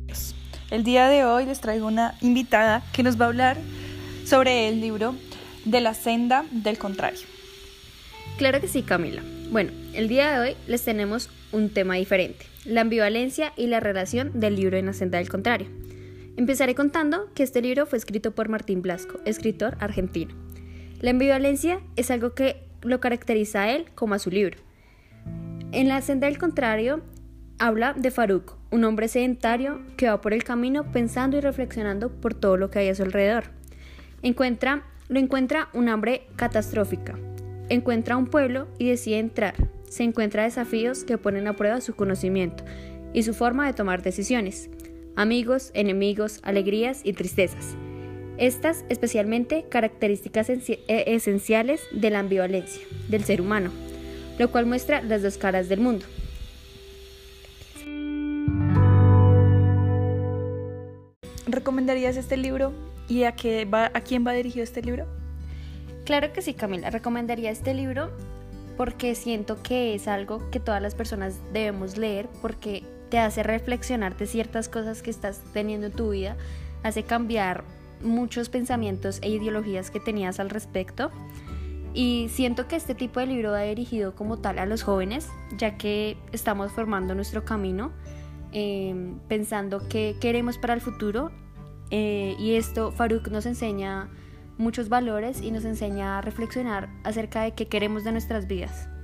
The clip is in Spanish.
El día de hoy les traigo una invitada que nos va a hablar sobre el libro De la senda del contrario. Claro que sí, Camila. Bueno, el día de hoy les tenemos un tema diferente, la ambivalencia y la relación del libro En la senda del contrario. Empezaré contando que este libro fue escrito por Martín Blasco, escritor argentino. La ambivalencia es algo que lo caracteriza a él como a su libro. En la senda del contrario habla de Faruk, un hombre sedentario que va por el camino pensando y reflexionando por todo lo que hay a su alrededor. Lo encuentra un hambre catastrófica. Encuentra un pueblo y decide entrar. Se encuentra desafíos que ponen a prueba su conocimiento y su forma de tomar decisiones. Amigos, enemigos, alegrías y tristezas. Estas especialmente características esenciales de la ambivalencia del ser humano, lo cual muestra las dos caras del mundo. ¿Recomendarías este libro y a quién va dirigido este libro? Claro que sí, Camila, recomendaría este libro porque siento que es algo que todas las personas debemos leer porque te hace reflexionar de ciertas cosas que estás teniendo en tu vida, hace cambiar muchos pensamientos e ideologías que tenías al respecto. Y siento que este tipo de libro va dirigido como tal a los jóvenes, ya que estamos formando nuestro camino, pensando qué queremos para el futuro. Y esto, Faruk nos enseña muchos valores y nos enseña a reflexionar acerca de qué queremos de nuestras vidas.